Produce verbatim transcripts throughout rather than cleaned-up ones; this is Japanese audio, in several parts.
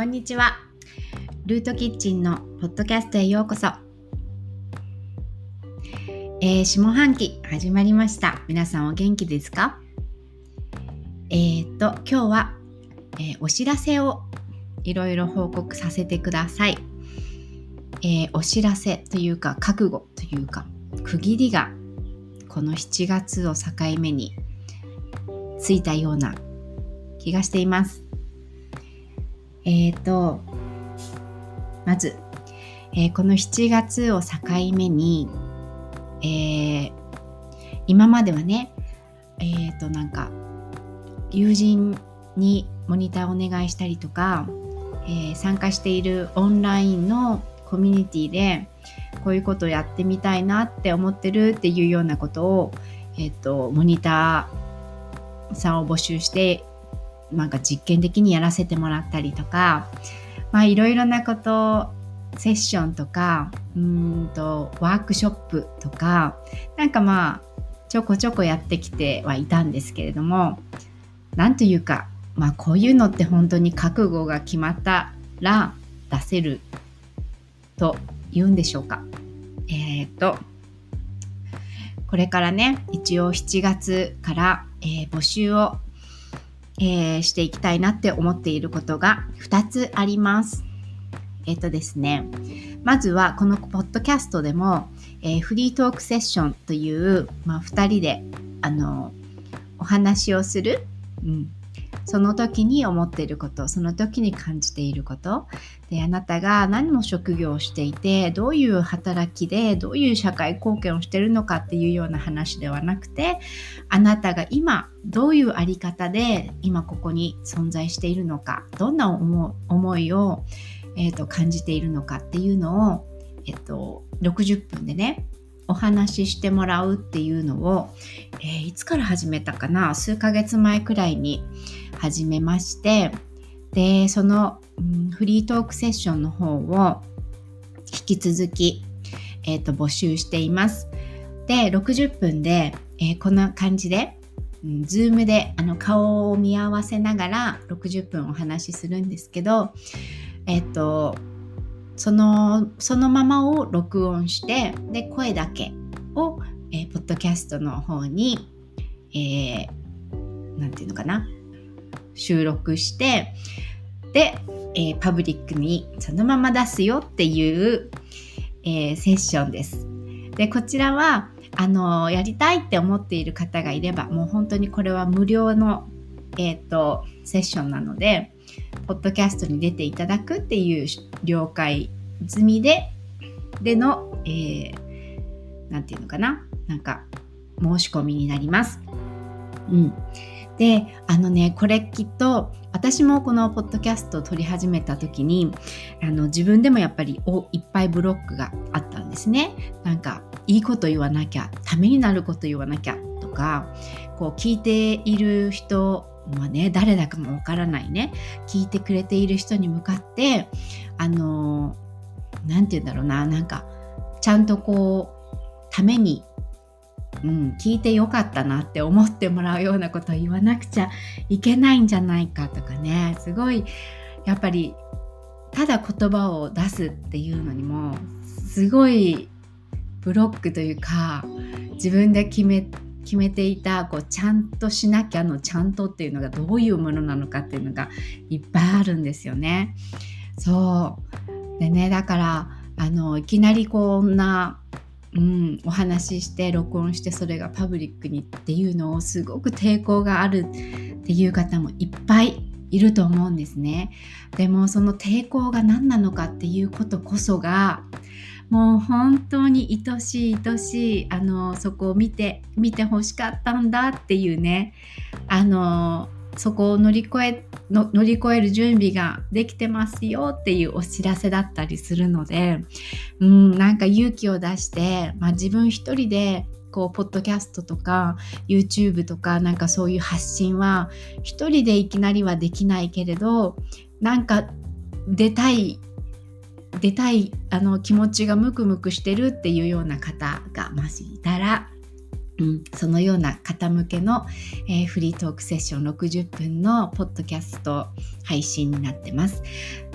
んにちは。ルートキッチンのポッドキャストへようこそ。えー、下半期始まりました。皆さんお元気ですか？えー、っと今日は、えー、お知らせをいろいろ報告させてください。えー、お知らせというか覚悟というか区切りがこのしちがつを境目についたような気がしています。えーとまず、えー、このしちがつを境目に、えー、今まではね、えーとなんか友人にモニターをお願いしたりとか、えー、参加しているオンラインのコミュニティでこういうことをやってみたいなって思ってるっていうようなことを、えーとモニターさんを募集してなんか実験的にやらせてもらったりとか、まあいろいろなことセッションとかうーんとワークショップとかなんかまあちょこちょこやってきてはいたんですけれども、なんというかまあこういうのって本当に覚悟が決まったら出せると言うんでしょうか。えー、っとこれからね一応しちがつから、えー、募集をえー、していきたいなって思っていることがふたつあります。えっとですね、まずはこのポッドキャストでも、えー、フリートークセッションという、まあ、ふたりであのお話をする、うん、その時に思っていること、その時に感じていることで、あなたが何の職業をしていてどういう働きでどういう社会貢献をしているのかっていうような話ではなくて、あなたが今どういうあり方で今ここに存在しているのか、どんな思思いを、えーと、感じているのかっていうのを、えーと、ろくじゅっぷんでねお話ししてもらうっていうのを、えー、いつから始めたかな、数ヶ月前くらいに始めまして、でその、うん、フリートークセッションの方を引き続き、えーと、募集しています。でろくじゅっぷんで、えー、こんな感じで、うん、Zoom であの顔を見合わせながらろくじゅっぷんお話しするんですけど、えっとそのそのままを録音してで声だけを、えー、ポッドキャストの方に、えー、なんていうのかな収録してで、えー、パブリックにそのまま出すよっていう、えー、セッションです。でこちらはあのやりたいって思っている方がいればもう本当にこれは無料の、えーと、セッションなのでポッドキャストに出ていただくっていう了解済みででの、えー、なんていうのかななんか申し込みになります。うん。であのねこれきっと私もこのポッドキャストを撮り始めた時にあの自分でもやっぱりおいっぱいブロックがあったんですね。なんかいいこと言わなきゃ、ためになること言わなきゃとか、こう聞いている人まあね、誰だかもわからないね聞いてくれている人に向かってあのなんて言うんだろうななんかちゃんとこうために、うん、聞いてよかったなって思ってもらうようなことを言わなくちゃいけないんじゃないかとかね、すごいやっぱりただ言葉を出すっていうのにもすごいブロックというか自分で決め決めていたこうちゃんとしなきゃのちゃんとっていうのがどういうものなのかっていうのがいっぱいあるんですよね。そうでね、だからあのいきなりこんな、うん、お話しして録音してそれがパブリックにっていうのをすごく抵抗があるっていう方もいっぱいいると思うんですね。でもその抵抗が何なのかっていうことこそがもう本当に愛しい愛しいあのそこを見て見てほしかったんだっていうね、あのそこを乗り越えの乗り越える準備ができてますよっていうお知らせだったりするので、うん、なんか勇気を出して、まあ、自分一人でこうポッドキャストとか YouTube とかなんかそういう発信は一人でいきなりはできないけれど、なんか出たい出たいあの気持ちがムクムクしてるっていうような方がもしいたら、うん、そのような方向けの、えー、フリートークセッションろくじゅっぷんのポッドキャスト配信になってます。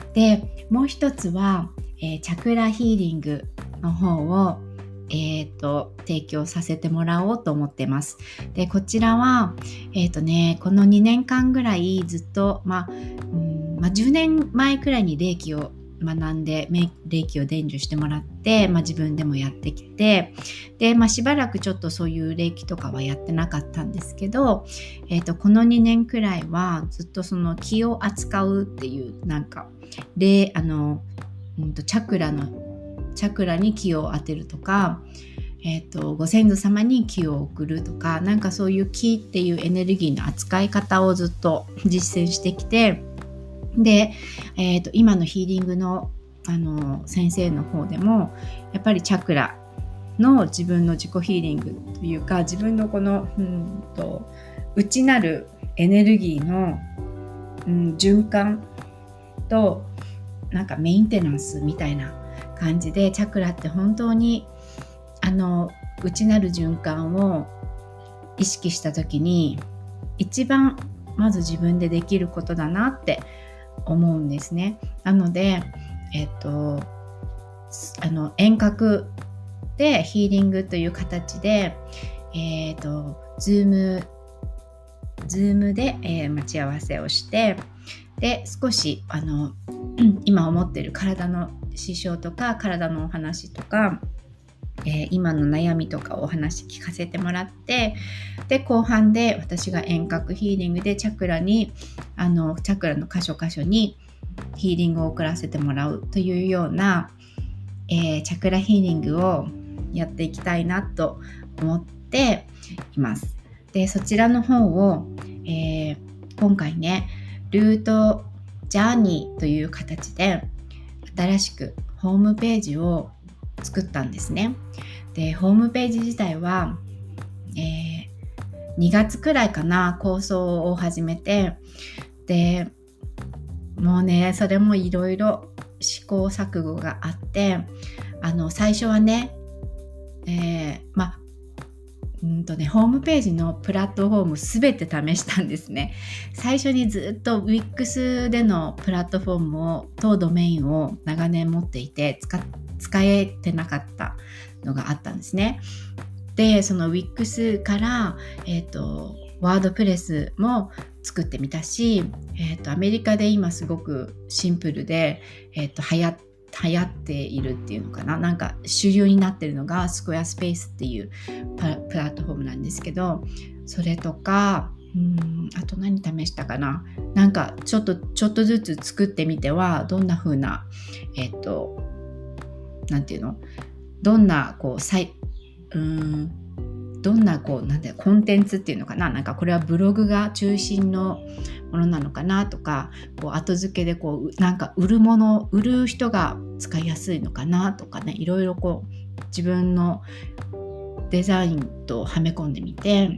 でもう一つは、えーチャクラヒーリングの方をえー、と提供させてもらおうと思ってます。でこちらは、えーとね、このにねんかんぐらいずっと、まあうんまあ、じゅうねんまえくらいに霊気を学んで霊気を伝授してもらって、まあ、自分でもやってきてで、まあ、しばらくちょっとそういう霊気とかはやってなかったんですけど、えーとこのにねんくらいはずっとその気を扱うっていうなんか霊あの、うんとチャクラのチャクラに気を当てるとか、えーと、ご先祖様に気を送るとか、なんかそういう気っていうエネルギーの扱い方をずっと実践してきて、で、えーと、今のヒーリングの、あの先生の方でもやっぱりチャクラの自分の自己ヒーリングというか、自分のこの、うんと、内なるエネルギーの、うん、循環となんかメンテナンスみたいな感じで、チャクラって本当にあの内なる循環を意識した時に一番まず自分でできることだなって思うんですね。なので、えっと、あの遠隔でヒーリングという形で、えっと、ズーム、ズームで、えー待ち合わせをして、で少しあの今思っている体の支障とか体のお話とか、えー今の悩みとかをお話聞かせてもらって、で後半で私が遠隔ヒーリングでチャクラにあのチャクラの箇所箇所にヒーリングを送らせてもらうというような、えーチャクラヒーリングをやっていきたいなと思っています。でそちらの方を、えー今回ねルートジャーニーという形で新しくホームページを作ったんですね。でホームページ自体は、えーにがつくらいかな構想を始めて、でもうねそれもいろいろ試行錯誤があって、あの最初はね、えーまあうんとね、ホームページのプラットフォームすべて試したんですね。最初にずっと ウィックス でのプラットフォームをとドメインを長年持っていて 使, 使えてなかったのがあったんですね。でその ウィックス から、えーと、ワードプレスも作ってみたし、えーと、アメリカで今すごくシンプルで、えーと、流行って流行っているっていうのかな、なんか主流になってるのがスクエアスペースっていうプラットフォームなんですけど、それとかうーんあと何試したかな、なんかちょっとちょっとずつ作ってみてはどんな風なえっとなんていうのどんなこうさいうーんどんなこうなんてコンテンツっていうのかな、なんかこれはブログが中心のものなのかなとか、こう後付けでこうなんか売るもの売る人が使いやすいのかなとかね、いろいろこう自分のデザインとはめ込んでみて、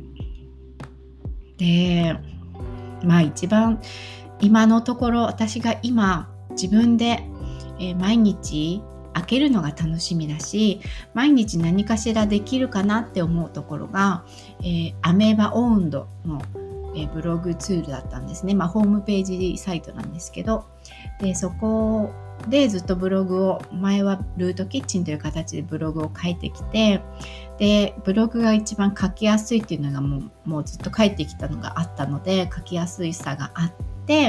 でまあ一番今のところ私が今自分で、えー毎日開けるのが楽しみだし、毎日何かしらできるかなって思うところが、えーアメーバオウンドの、えーブログツールだったんですね。まあホームページサイトなんですけど、でそこでずっとブログを、前はルートキッチンという形でブログを書いてきて、でブログが一番書きやすいっていうのがもう、もうずっと書いてきたのがあったので、書きやすいさがあって、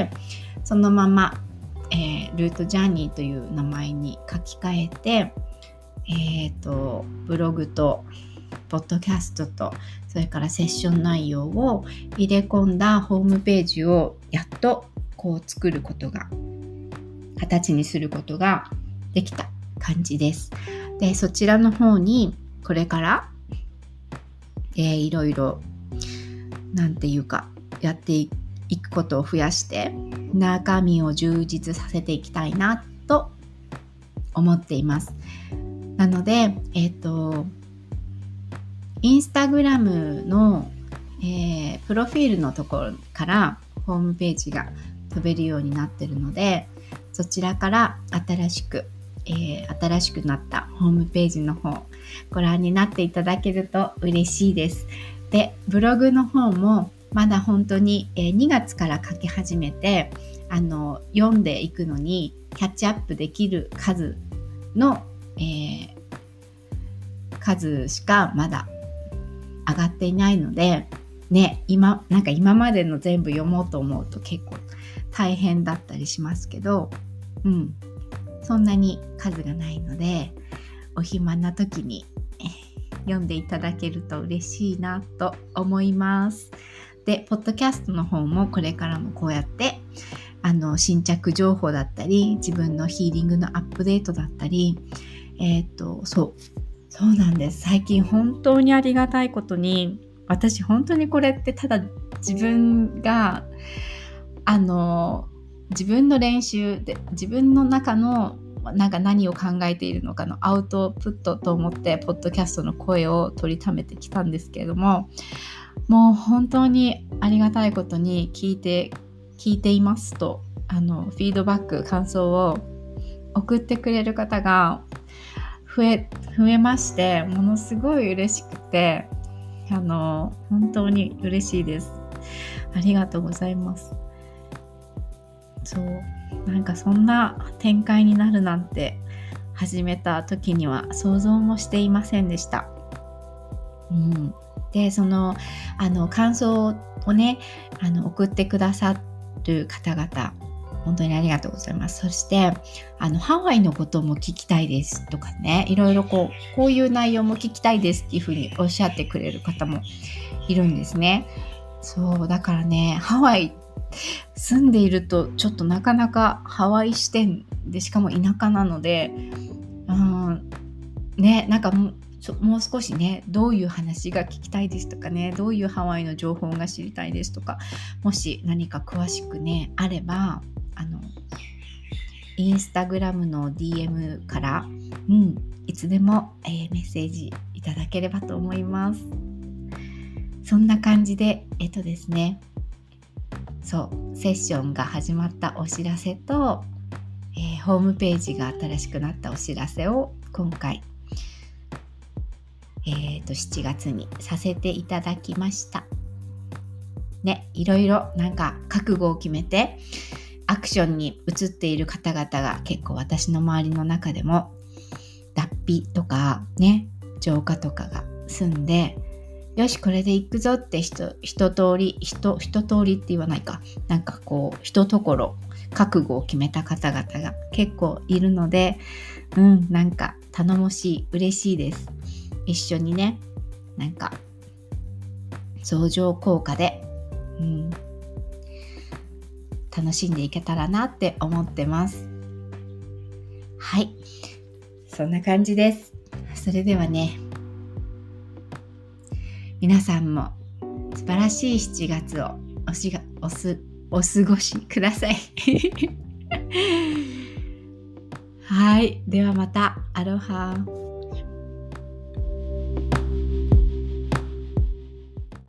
そのままえー、ルートジャーニーという名前に書き換えて、えーと、ブログとポッドキャストとそれからセッション内容を入れ込んだホームページをやっとこう作ることが、形にすることができた感じです。でそちらの方にこれから、えー、いろいろなんていうかやっていくことを増やして中身を充実させていきたいなと思っています。なので、えっと、インスタグラムの、えー、プロフィールのところからホームページが飛べるようになっているので、そちらから新しく、えー、新しくなったホームページの方ご覧になっていただけると嬉しいです。で、ブログの方もまだ本当に、えー、にがつから書き始めて、あの読んでいくのにキャッチアップできる数の、えー、数しかまだ上がっていないのでね、今なんか今までの全部読もうと思うと結構大変だったりしますけど、うん、そんなに数がないので、お暇な時に読んでいただけると嬉しいなと思います。で、ポッドキャストの方もこれからもこうやってあの新着情報だったり、自分のヒーリングのアップデートだったり、えっとそうそうなんです。最近本当にありがたいことに、私本当にこれってただ自分があの自分の練習で、自分の中のなんか何を考えているのかのアウトプットと思ってポッドキャストの声を取りためてきたんですけれども、もう本当にありがたいことに聞いて聞いていますと、あのフィードバック、感想を送ってくれる方が増え増えまして、ものすごい嬉しくて、あの本当に嬉しいです。ありがとうございます。そうなんかそんな展開になるなんて始めた時には想像もしていませんでした。うん、でそのあの感想をねあの送ってくださる方々、本当にありがとうございます。そしてあのハワイのことも聞きたいですとかね、いろいろこうこういう内容も聞きたいですっていうふうにおっしゃってくれる方もいるんですね。そうだからね、ハワイ住んでいるとちょっとなかなかハワイ視点で、しかも田舎なので、うんね、なんかもうもう少しね、どういう話が聞きたいですとかね、どういうハワイの情報が知りたいですとか、もし何か詳しくねあれば、あのインスタグラムの ディーエム から、うん、いつでも、えー、メッセージいただければと思います。そんな感じでえっとですねそうセッションが始まったお知らせと、えー、ホームページが新しくなったお知らせを今回えー、としちがつにさせていただきましたね。いろいろなんか覚悟を決めてアクションに移っている方々が結構私の周りの中でも脱皮とかね、浄化とかが済んで、よしこれで行くぞって人一通り人一通りって言わないか、なんかこう一ところ覚悟を決めた方々が結構いるので、うんなんか頼もしい、嬉しいです。一緒にね、なんか相乗効果で、うん、楽しんでいけたらなって思ってます。はい、そんな感じです。それではね、皆さんも素晴らしいしちがつをおしがおすお過ごしください。はい、ではまた。アロハ。